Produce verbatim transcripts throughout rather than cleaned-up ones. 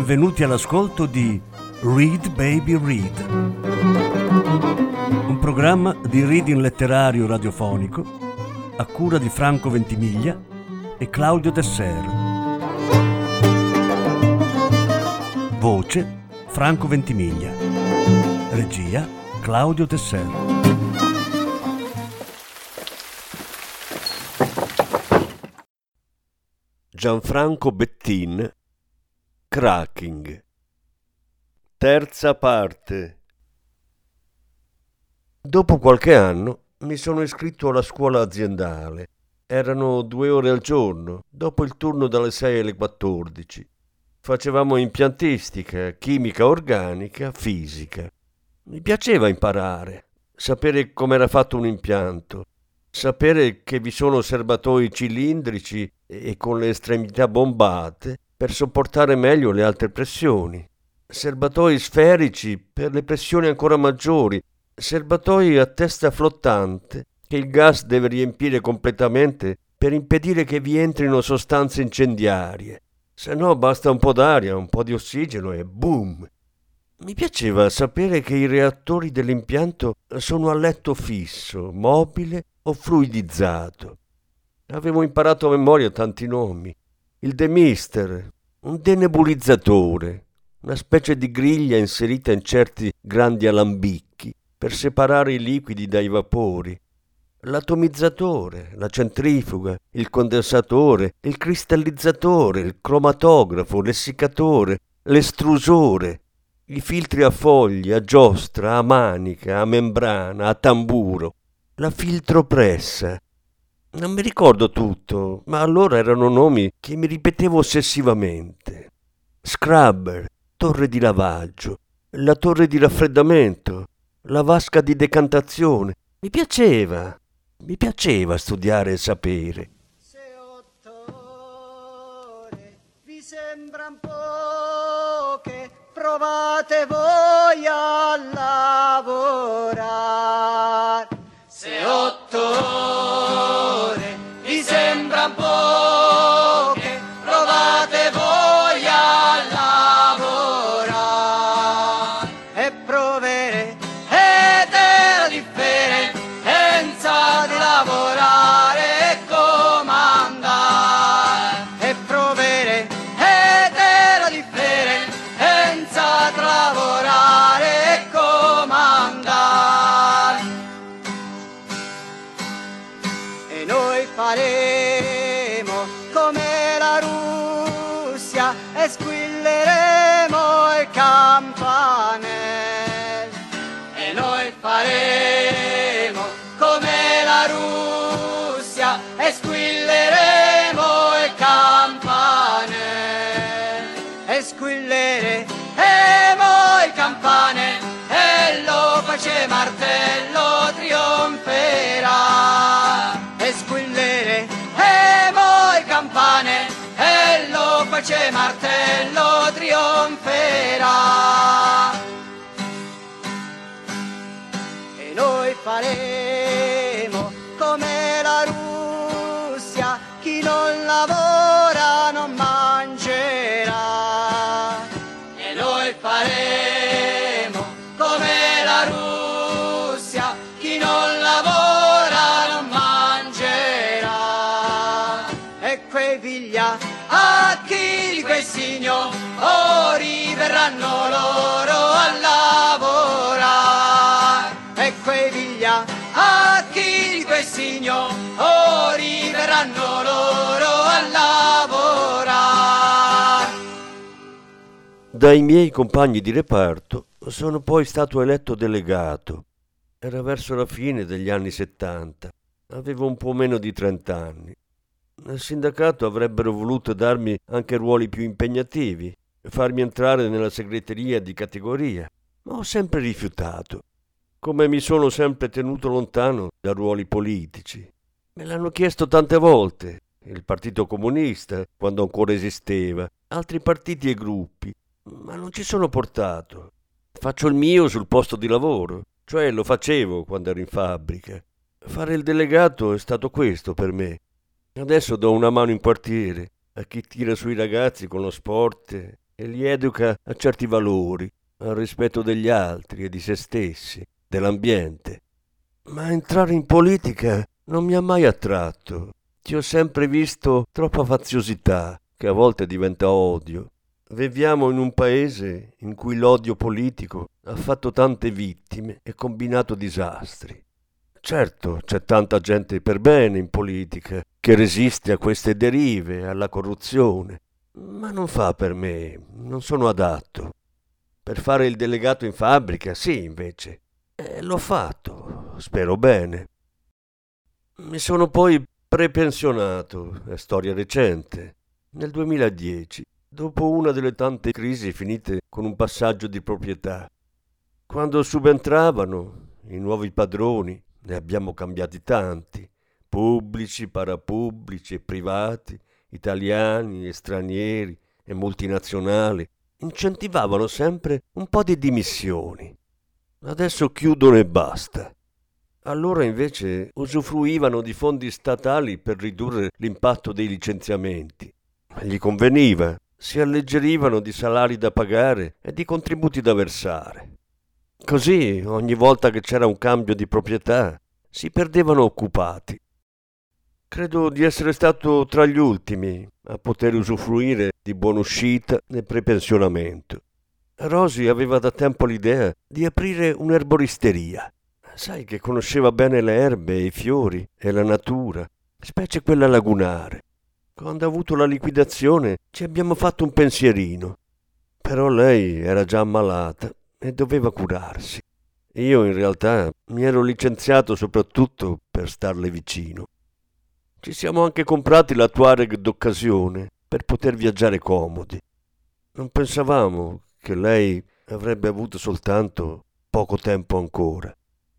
Benvenuti all'ascolto di Read Baby Read, un programma di reading letterario radiofonico a cura di Franco Ventimiglia e Claudio Desser. Voce Franco Ventimiglia. Regia Claudio Desser. Gianfranco Bettin, Cracking. Terza parte. Dopo qualche anno mi sono iscritto alla scuola aziendale. Erano due ore al giorno, dopo il turno dalle sei alle quattordici. Facevamo impiantistica, chimica organica, fisica. Mi piaceva imparare, sapere com'era fatto un impianto, sapere che vi sono serbatoi cilindrici e con le estremità bombate per sopportare meglio le alte pressioni, serbatoi sferici per le pressioni ancora maggiori, serbatoi a testa flottante che il gas deve riempire completamente per impedire che vi entrino sostanze incendiarie. Se no basta un po' d'aria, un po' di ossigeno e boom! Mi piaceva sapere che i reattori dell'impianto sono a letto fisso, mobile o fluidizzato. Avevo imparato a memoria tanti nomi. Il demister, un denebulizzatore, una specie di griglia inserita in certi grandi alambicchi per separare i liquidi dai vapori, l'atomizzatore, la centrifuga, il condensatore, il cristallizzatore, il cromatografo, l'essiccatore, l'estrusore, i filtri a foglie, a giostra, a manica, a membrana, a tamburo, la filtropressa. Non mi ricordo tutto, ma allora erano nomi che mi ripetevo ossessivamente. Scrubber, torre di lavaggio, la torre di raffreddamento, la vasca di decantazione. Mi piaceva, mi piaceva studiare e sapere. Se otto ore vi sembran poche, provate voi a lavorare. Se otto ore vi sembran poche, provate voi a lavorare e proverete la differenza di lavorare e comandare e proverete la differenza tra lavorare e comandare. E noi faremo come la Russia e squilleremo il campanello. E noi faremo come la Russia e squilleremo il campanello. E squilleremo il campanello e lo pace martello trionferà. E squilleremo il campane e lo pace martello trionferà. E noi faremo come la Russia, chi non lavora non mangerà. E noi faremo come la Russia, chi non lavora non mangerà. E quei vigliacchi di quei signori verranno loro a lavorare. E quei vigliacchi di quei signori verranno loro a lavorare. Dai miei compagni di reparto sono poi stato eletto delegato. Era verso la fine degli anni settanta. Avevo un po' meno di trent'anni. Nel sindacato avrebbero voluto darmi anche ruoli più impegnativi, farmi entrare nella segreteria di categoria, ma ho sempre rifiutato. Come mi sono sempre tenuto lontano da ruoli politici. Me l'hanno chiesto tante volte, il Partito Comunista, quando ancora esisteva, altri partiti e gruppi, ma non ci sono portato. Faccio il mio sul posto di lavoro, cioè lo facevo quando ero in fabbrica. Fare il delegato è stato questo per me. Adesso do una mano in quartiere a chi tira sui ragazzi con lo sport e li educa a certi valori, al rispetto degli altri e di se stessi, dell'ambiente. Ma entrare in politica non mi ha mai attratto. Ti ho sempre visto troppa faziosità, che a volte diventa odio. Viviamo in un paese in cui l'odio politico ha fatto tante vittime e combinato disastri. Certo, c'è tanta gente per bene in politica che resiste a queste derive, alla corruzione, ma non fa per me, non sono adatto. Per fare il delegato in fabbrica, sì, invece. E l'ho fatto, spero bene. Mi sono poi prepensionato, è storia recente, nel duemiladieci, dopo una delle tante crisi finite con un passaggio di proprietà. Quando subentravano i nuovi padroni, ne abbiamo cambiati tanti, pubblici, parapubblici e privati, italiani e stranieri e multinazionali, incentivavano sempre un po' di dimissioni. Adesso chiudono e basta. Allora invece usufruivano di fondi statali per ridurre l'impatto dei licenziamenti. Gli conveniva, si alleggerivano di salari da pagare e di contributi da versare. Così, ogni volta che c'era un cambio di proprietà, si perdevano occupati. Credo di essere stato tra gli ultimi a poter usufruire di buonuscita e prepensionamento. Rosy aveva da tempo l'idea di aprire un'erboristeria. Sai che conosceva bene le erbe e i fiori e la natura, specie quella lagunare. Quando ha avuto la liquidazione ci abbiamo fatto un pensierino. Però lei era già ammalata e doveva curarsi. Io in realtà mi ero licenziato soprattutto per starle vicino. Ci siamo anche comprati la Touareg d'occasione per poter viaggiare comodi. Non pensavamo che lei avrebbe avuto soltanto poco tempo ancora.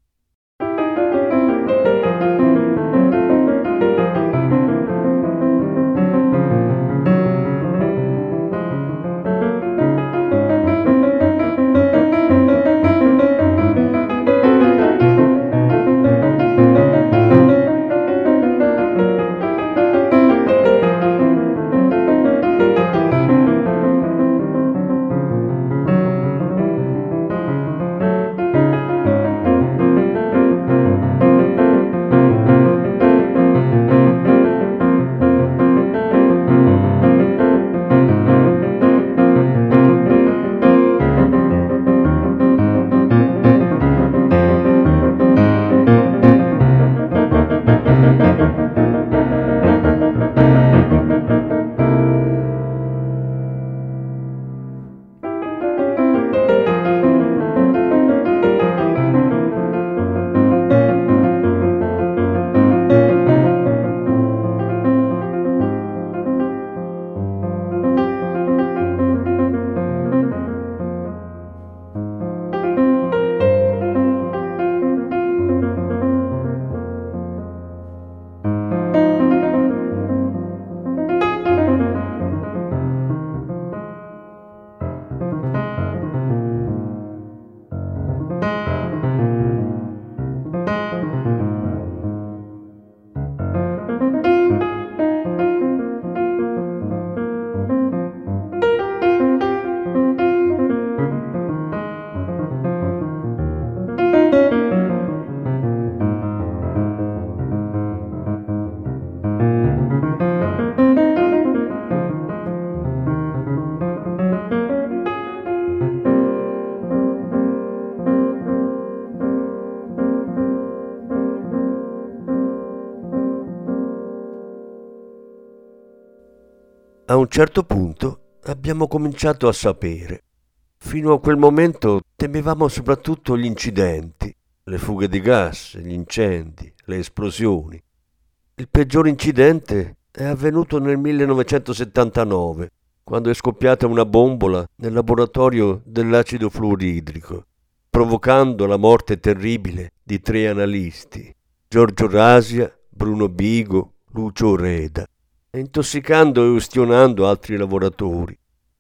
A un certo punto abbiamo cominciato a sapere. Fino a quel momento temevamo soprattutto gli incidenti, le fughe di gas, gli incendi, le esplosioni. Il peggior incidente è avvenuto nel millenovecentosettantanove, quando è scoppiata una bombola nel laboratorio dell'acido fluoridrico, provocando la morte terribile di tre analisti, Giorgio Rasia, Bruno Bigo, Lucio Reda, intossicando e ustionando altri lavoratori.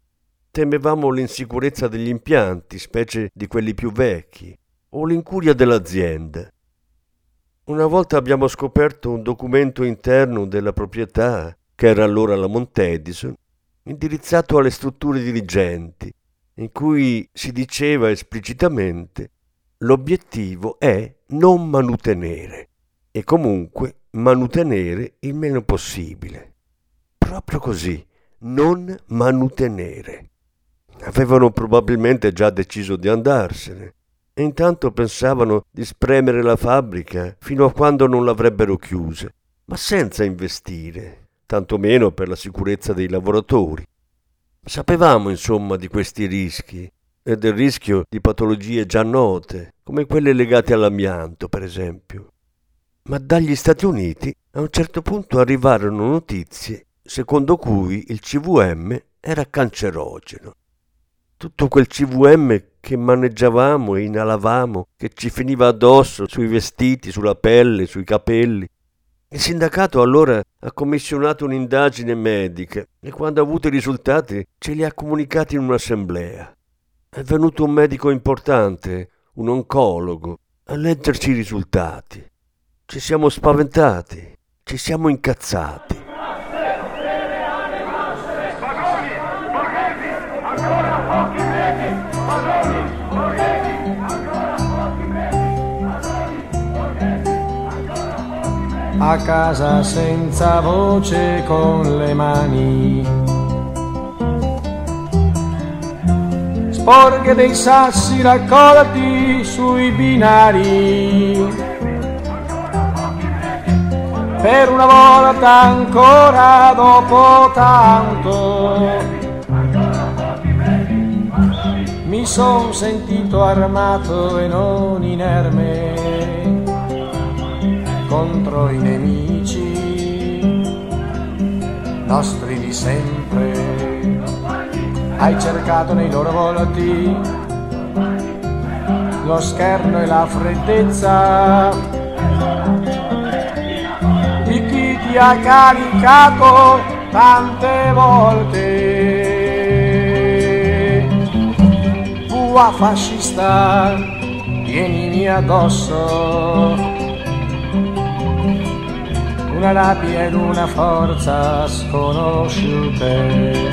Temevamo l'insicurezza degli impianti, specie di quelli più vecchi, o l'incuria dell'azienda. Una volta abbiamo scoperto un documento interno della proprietà, che era allora la Montedison, indirizzato alle strutture dirigenti, in cui si diceva esplicitamente: l'obiettivo è non manutenere e comunque manutenere il meno possibile. Proprio così, non manutenere. Avevano probabilmente già deciso di andarsene e intanto pensavano di spremere la fabbrica fino a quando non l'avrebbero chiusa, ma senza investire, tantomeno per la sicurezza dei lavoratori. Sapevamo insomma di questi rischi e del rischio di patologie già note, come quelle legate all'amianto, per esempio. Ma dagli Stati Uniti a un certo punto arrivarono notizie secondo cui il C V M era cancerogeno. Tutto quel C V M che maneggiavamo e inalavamo, che ci finiva addosso, sui vestiti, sulla pelle, sui capelli. Il sindacato allora ha commissionato un'indagine medica e quando ha avuto i risultati ce li ha comunicati in un'assemblea. È venuto un medico importante, un oncologo, a leggerci i risultati. Ci siamo spaventati, ci siamo incazzati. A casa senza voce con le mani, sporche dei sassi raccolti sui binari, per una volta ancora dopo tanto mi son sentito armato e non inerme contro i nemici nostri di sempre. Hai cercato nei loro volti lo scherno e la freddezza di chi ti ha caricato tante volte. Bua fascista, vienimi addosso, una rabbia ed una forza sconosciute.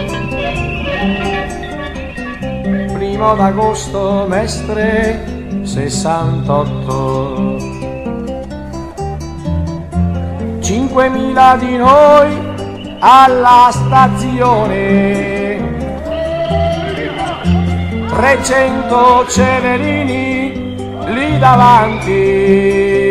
Primo d'agosto, Mestre sessantotto, cinquemila di noi alla stazione, trecento celerini lì davanti,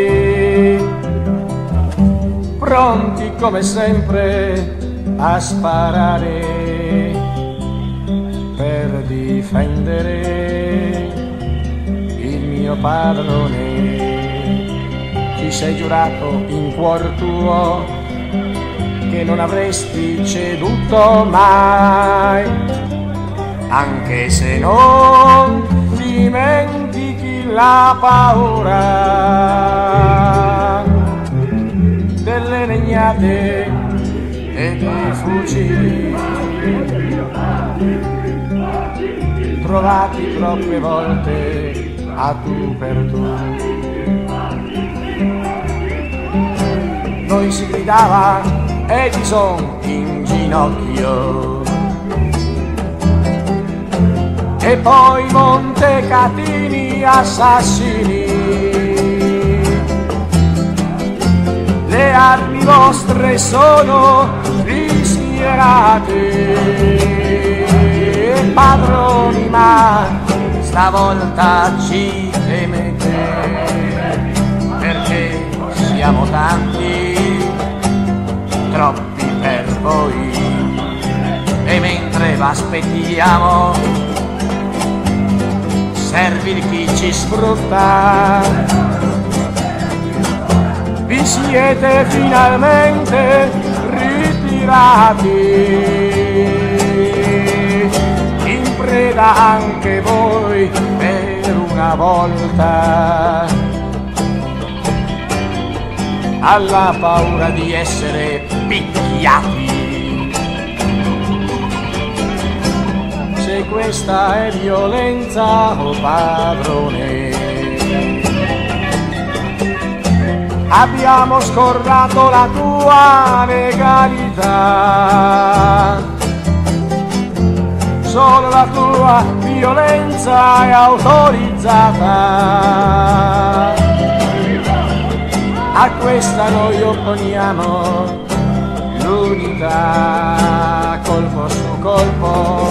pronti come sempre a sparare per difendere il mio padrone. Ti sei giurato in cuor tuo che non avresti ceduto mai, anche se non dimentichi la paura delle legnate e dei fucili trovati troppe volte a tu per tu. Noi si gridava Edison in ginocchio e poi Montecatini assassini. Le armi vostre sono rischiarate, padroni, ma stavolta ci temete, perché siamo tanti, troppi per voi, e mentre v'aspettiamo servil chi ci sfrutta. Vi siete finalmente ritirati, in preda anche voi per una volta alla paura di essere picchiati. Se questa è violenza, oh padrone, abbiamo scordato la tua legalità, solo la tua violenza è autorizzata. A questa noi opponiamo l'unità, colpo su colpo,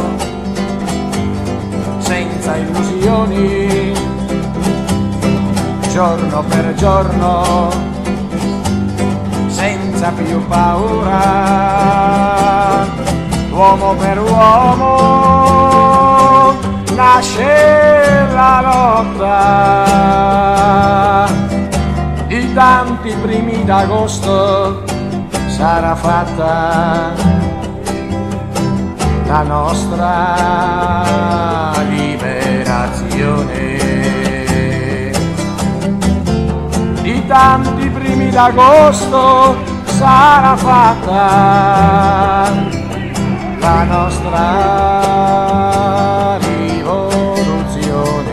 senza illusioni, giorno per giorno, senza più paura, uomo per uomo, nasce la lotta. Di tanti primi d'agosto sarà fatta la nostra liberazione. Di tanti primi d'agosto sarà fatta la nostra rivoluzione.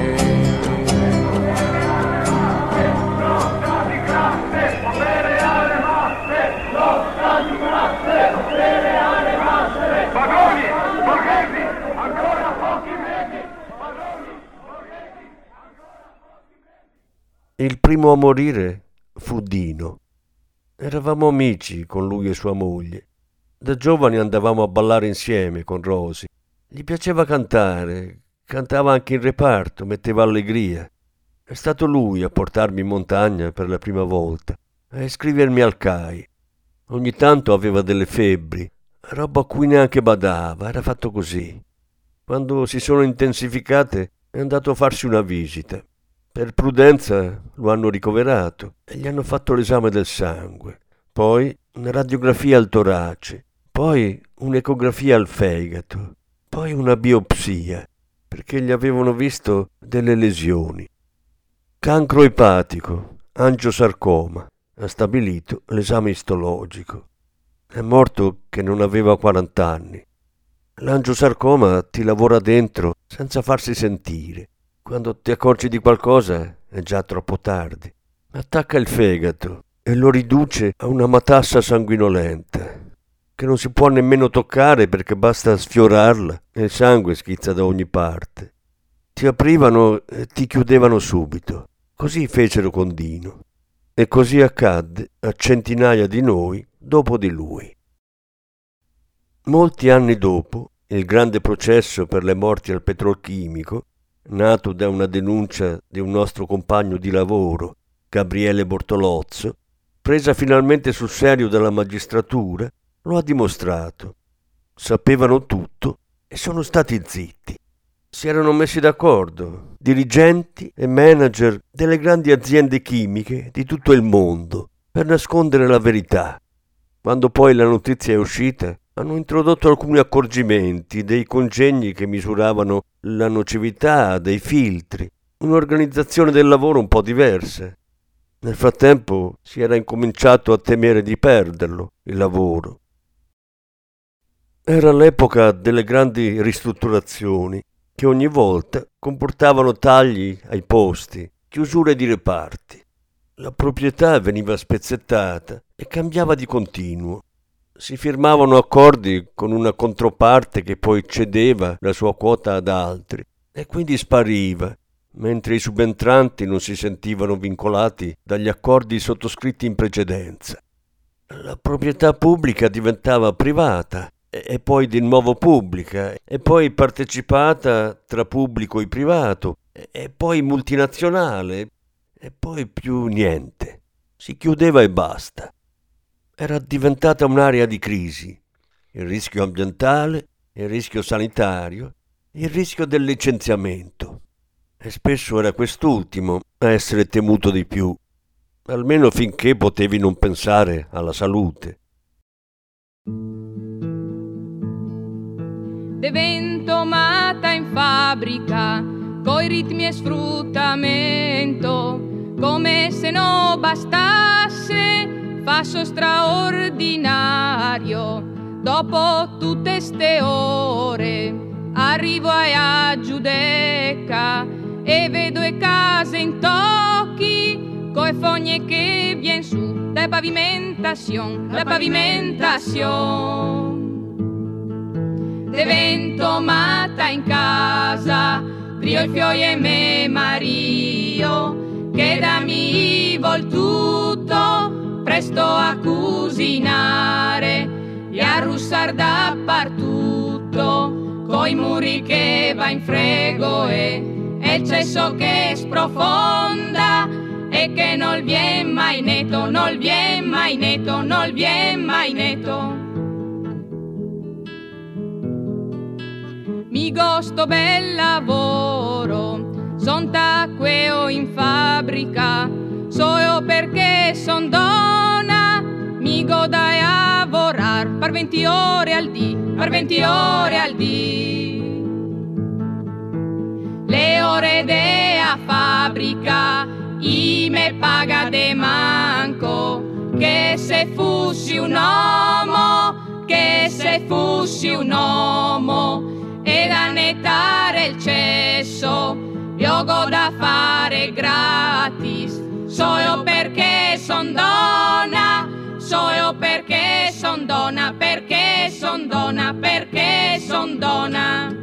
Il primo a morire fu Dino. Eravamo amici con lui e sua moglie. Da giovani andavamo a ballare insieme con Rosy. Gli piaceva cantare, cantava anche in reparto, metteva allegria. È stato lui a portarmi in montagna per la prima volta, a iscrivermi al C A I. Ogni tanto aveva delle febbri, roba a cui neanche badava, era fatto così. Quando si sono intensificate è andato a farsi una visita. Per prudenza lo hanno ricoverato e gli hanno fatto l'esame del sangue, poi una radiografia al torace, poi un'ecografia al fegato, poi una biopsia, perché gli avevano visto delle lesioni. Cancro epatico, angiosarcoma, ha stabilito l'esame istologico. È morto che non aveva quaranta anni. L'angiosarcoma ti lavora dentro senza farsi sentire. Quando ti accorgi di qualcosa è già troppo tardi. Attacca il fegato e lo riduce a una matassa sanguinolenta, che non si può nemmeno toccare perché basta sfiorarla e il sangue schizza da ogni parte. Ti aprivano e ti chiudevano subito. Così fecero con Dino. E così accadde a centinaia di noi dopo di lui. Molti anni dopo, il grande processo per le morti al petrolchimico, nato da una denuncia di un nostro compagno di lavoro, Gabriele Bortolozzo, presa finalmente sul serio dalla magistratura, lo ha dimostrato. Sapevano tutto e sono stati zitti. Si erano messi d'accordo, dirigenti e manager delle grandi aziende chimiche di tutto il mondo, per nascondere la verità. Quando poi la notizia è uscita, hanno introdotto alcuni accorgimenti, dei congegni che misuravano la nocività, dei filtri, un'organizzazione del lavoro un po' diversa. Nel frattempo si era incominciato a temere di perderlo, il lavoro. Era l'epoca delle grandi ristrutturazioni, che ogni volta comportavano tagli ai posti, chiusure di reparti. La proprietà veniva spezzettata e cambiava di continuo. Si firmavano accordi con una controparte che poi cedeva la sua quota ad altri e quindi spariva, mentre i subentranti non si sentivano vincolati dagli accordi sottoscritti in precedenza. La proprietà pubblica diventava privata e poi di nuovo pubblica e poi partecipata tra pubblico e privato e poi multinazionale e poi più niente. Si chiudeva e basta. Era diventata un'area di crisi, il rischio ambientale, il rischio sanitario, il rischio del licenziamento. E spesso era quest'ultimo a essere temuto di più, almeno finché potevi non pensare alla salute. Divento matta in fabbrica, coi ritmi e sfruttamento, come se non bastasse. Faccio straordinario, dopo tutte ste ore, arrivo a Giudecca e vedo le case in tocchi, coi fogne che vien su, da pavimentazione, da pavimentazione. Devento matta in casa, brio il fioie me Mario, che da mi vol tutto, presto a cucinare e a russar dappertutto, coi muri che va in frego e, e il cesso che sprofonda e che non vien mai netto, non vien mai netto, non vien mai netto. Mi gosto bel lavoro, son tacqueo in fabbrica, so perché son donna, mi godai a lavorar per venti ore al dì, per venti ore al dì. Le ore de a fabbrica, i me paga de manco, che se fossi un uomo, che se fossi un uomo, e da nettare il cesso, io go da fare gratis, so io perché son donna, so io perché son donna, perché son donna, perché son donna.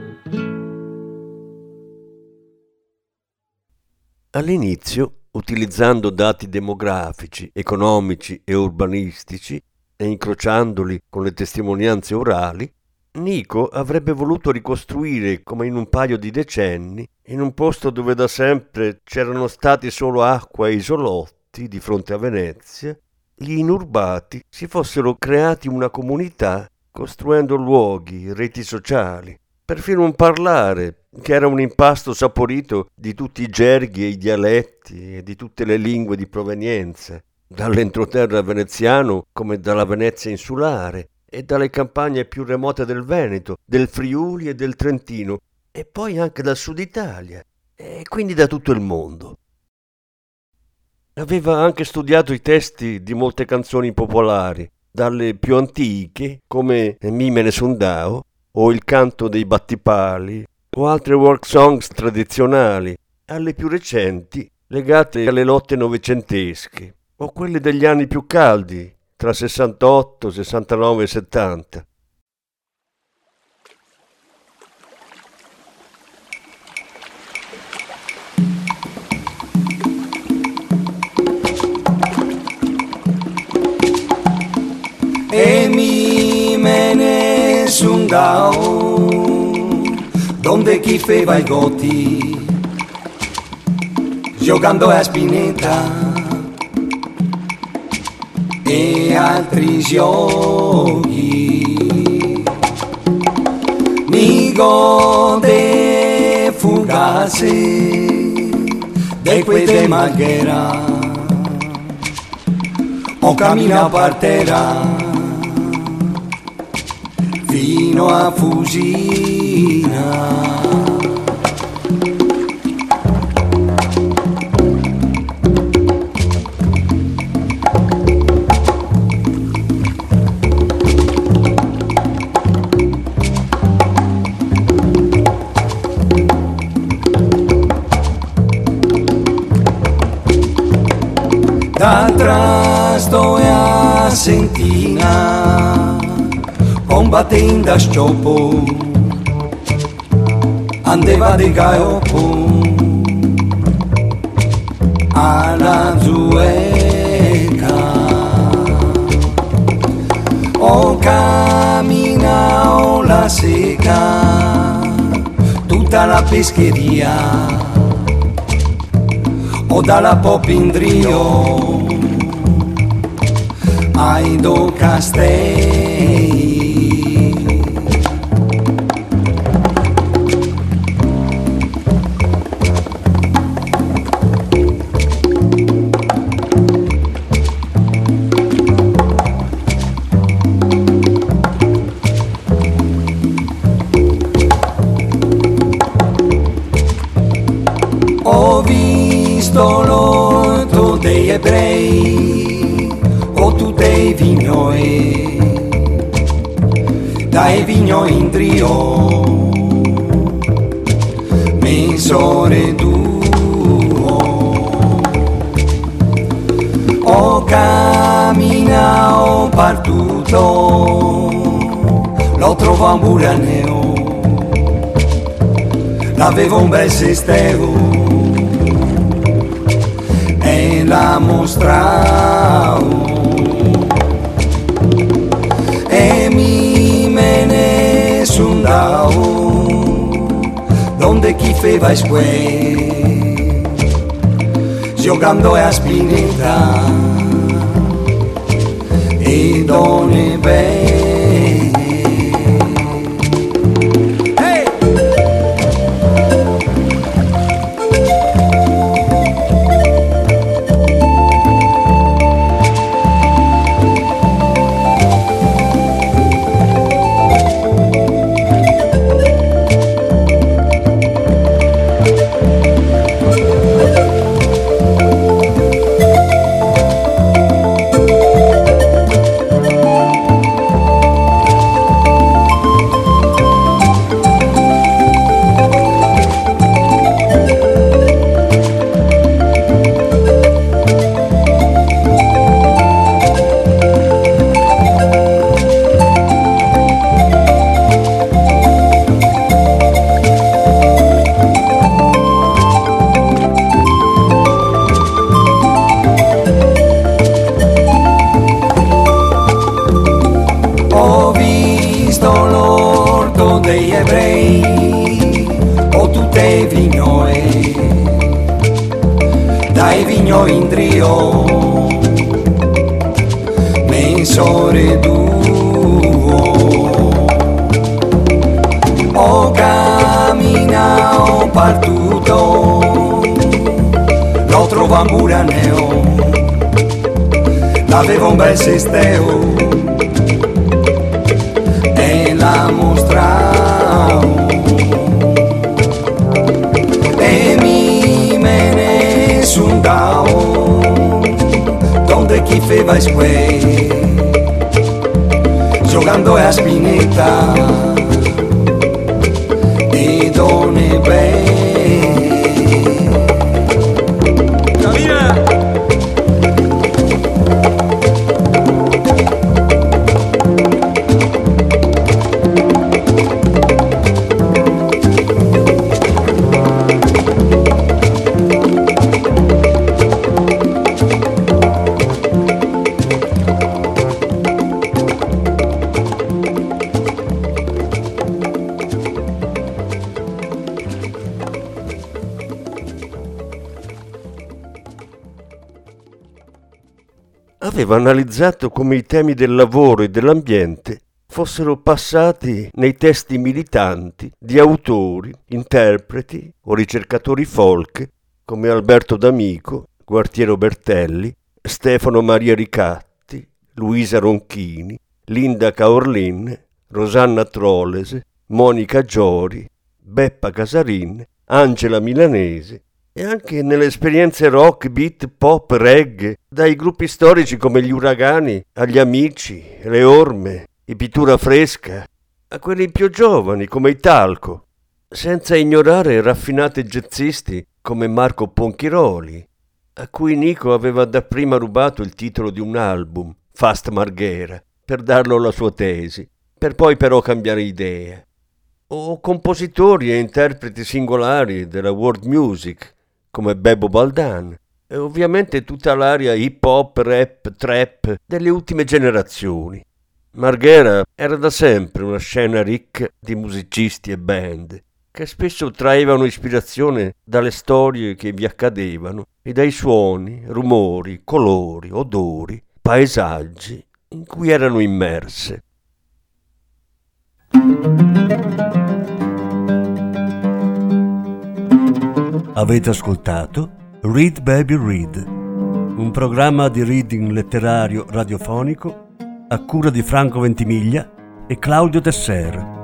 All'inizio, utilizzando dati demografici, economici e urbanistici e incrociandoli con le testimonianze orali, Nico avrebbe voluto ricostruire, come in un paio di decenni, in un posto dove da sempre c'erano stati solo acqua e isolotti di fronte a Venezia, gli inurbati si fossero creati una comunità costruendo luoghi, reti sociali, perfino un parlare che era un impasto saporito di tutti i gerghi e i dialetti e di tutte le lingue di provenienza, dall'entroterra veneziano come dalla Venezia insulare, e dalle campagne più remote del Veneto, del Friuli e del Trentino, e poi anche dal Sud Italia, e quindi da tutto il mondo. Aveva anche studiato i testi di molte canzoni popolari, dalle più antiche, come Mi me ne sondao, o Il canto dei battipali, o altre work songs tradizionali, alle più recenti, legate alle lotte novecentesche, o quelle degli anni più caldi, tra sessantotto, sessantanove e settanta. E mi me ne sondao, donde chi feva i goti, giocando a Spinetta e altri giochi, mi gode fugace de quei de Marghera, o cammina per terra fino a Fusina. Da Trasto e a Sentina, combattendo a scioppo, andava di Gaiopo alla Zueca, o camminao la seca, tutta la pescheria, o dalla Popindrio ai do castelli. Ho visto l'orto degli ebrei, o tu dei vignoi, dai vignoi in trio, mesore duo, o camminao partuto, lo trovo a Buraneo, l'avevo un bel sistema e la mostravo e mi me ne sondavo donde chi feva sque giocando a spinetta e donne belle. L'avevo un bel sistema e la mostravo e mi me ne sondavo donde chi feva sque giocando a spinetta e donne belle. Aveva analizzato come i temi del lavoro e dell'ambiente fossero passati nei testi militanti di autori, interpreti o ricercatori folk come Alberto D'Amico, Gualtiero Bertelli, Stefano Maria Ricatti, Luisa Ronchini, Linda Caorlin, Rosanna Trolese, Monica Giori, Beppa Casarin, Angela Milanese, e anche nelle esperienze rock, beat, pop, reggae, dai gruppi storici come gli Uragani agli Amici, le Orme, i Pittura Fresca, a quelli più giovani come i Talco, senza ignorare raffinati jazzisti come Marco Ponchiroli, a cui Nico aveva dapprima rubato il titolo di un album, Fast Marghera, per darlo alla sua tesi, per poi però cambiare idea, o compositori e interpreti singolari della world music, come Bebo Baldan, e ovviamente tutta l'area hip hop, rap, trap delle ultime generazioni. Marghera era da sempre una scena ricca di musicisti e band, che spesso traevano ispirazione dalle storie che vi accadevano e dai suoni, rumori, colori, odori, paesaggi in cui erano immerse. Avete ascoltato Read Baby Read, un programma di reading letterario radiofonico a cura di Franco Ventimiglia e Claudio Tesser.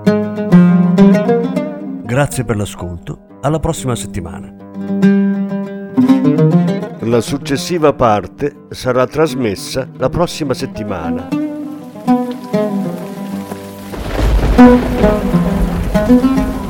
Grazie per l'ascolto, alla prossima settimana. La successiva parte sarà trasmessa la prossima settimana.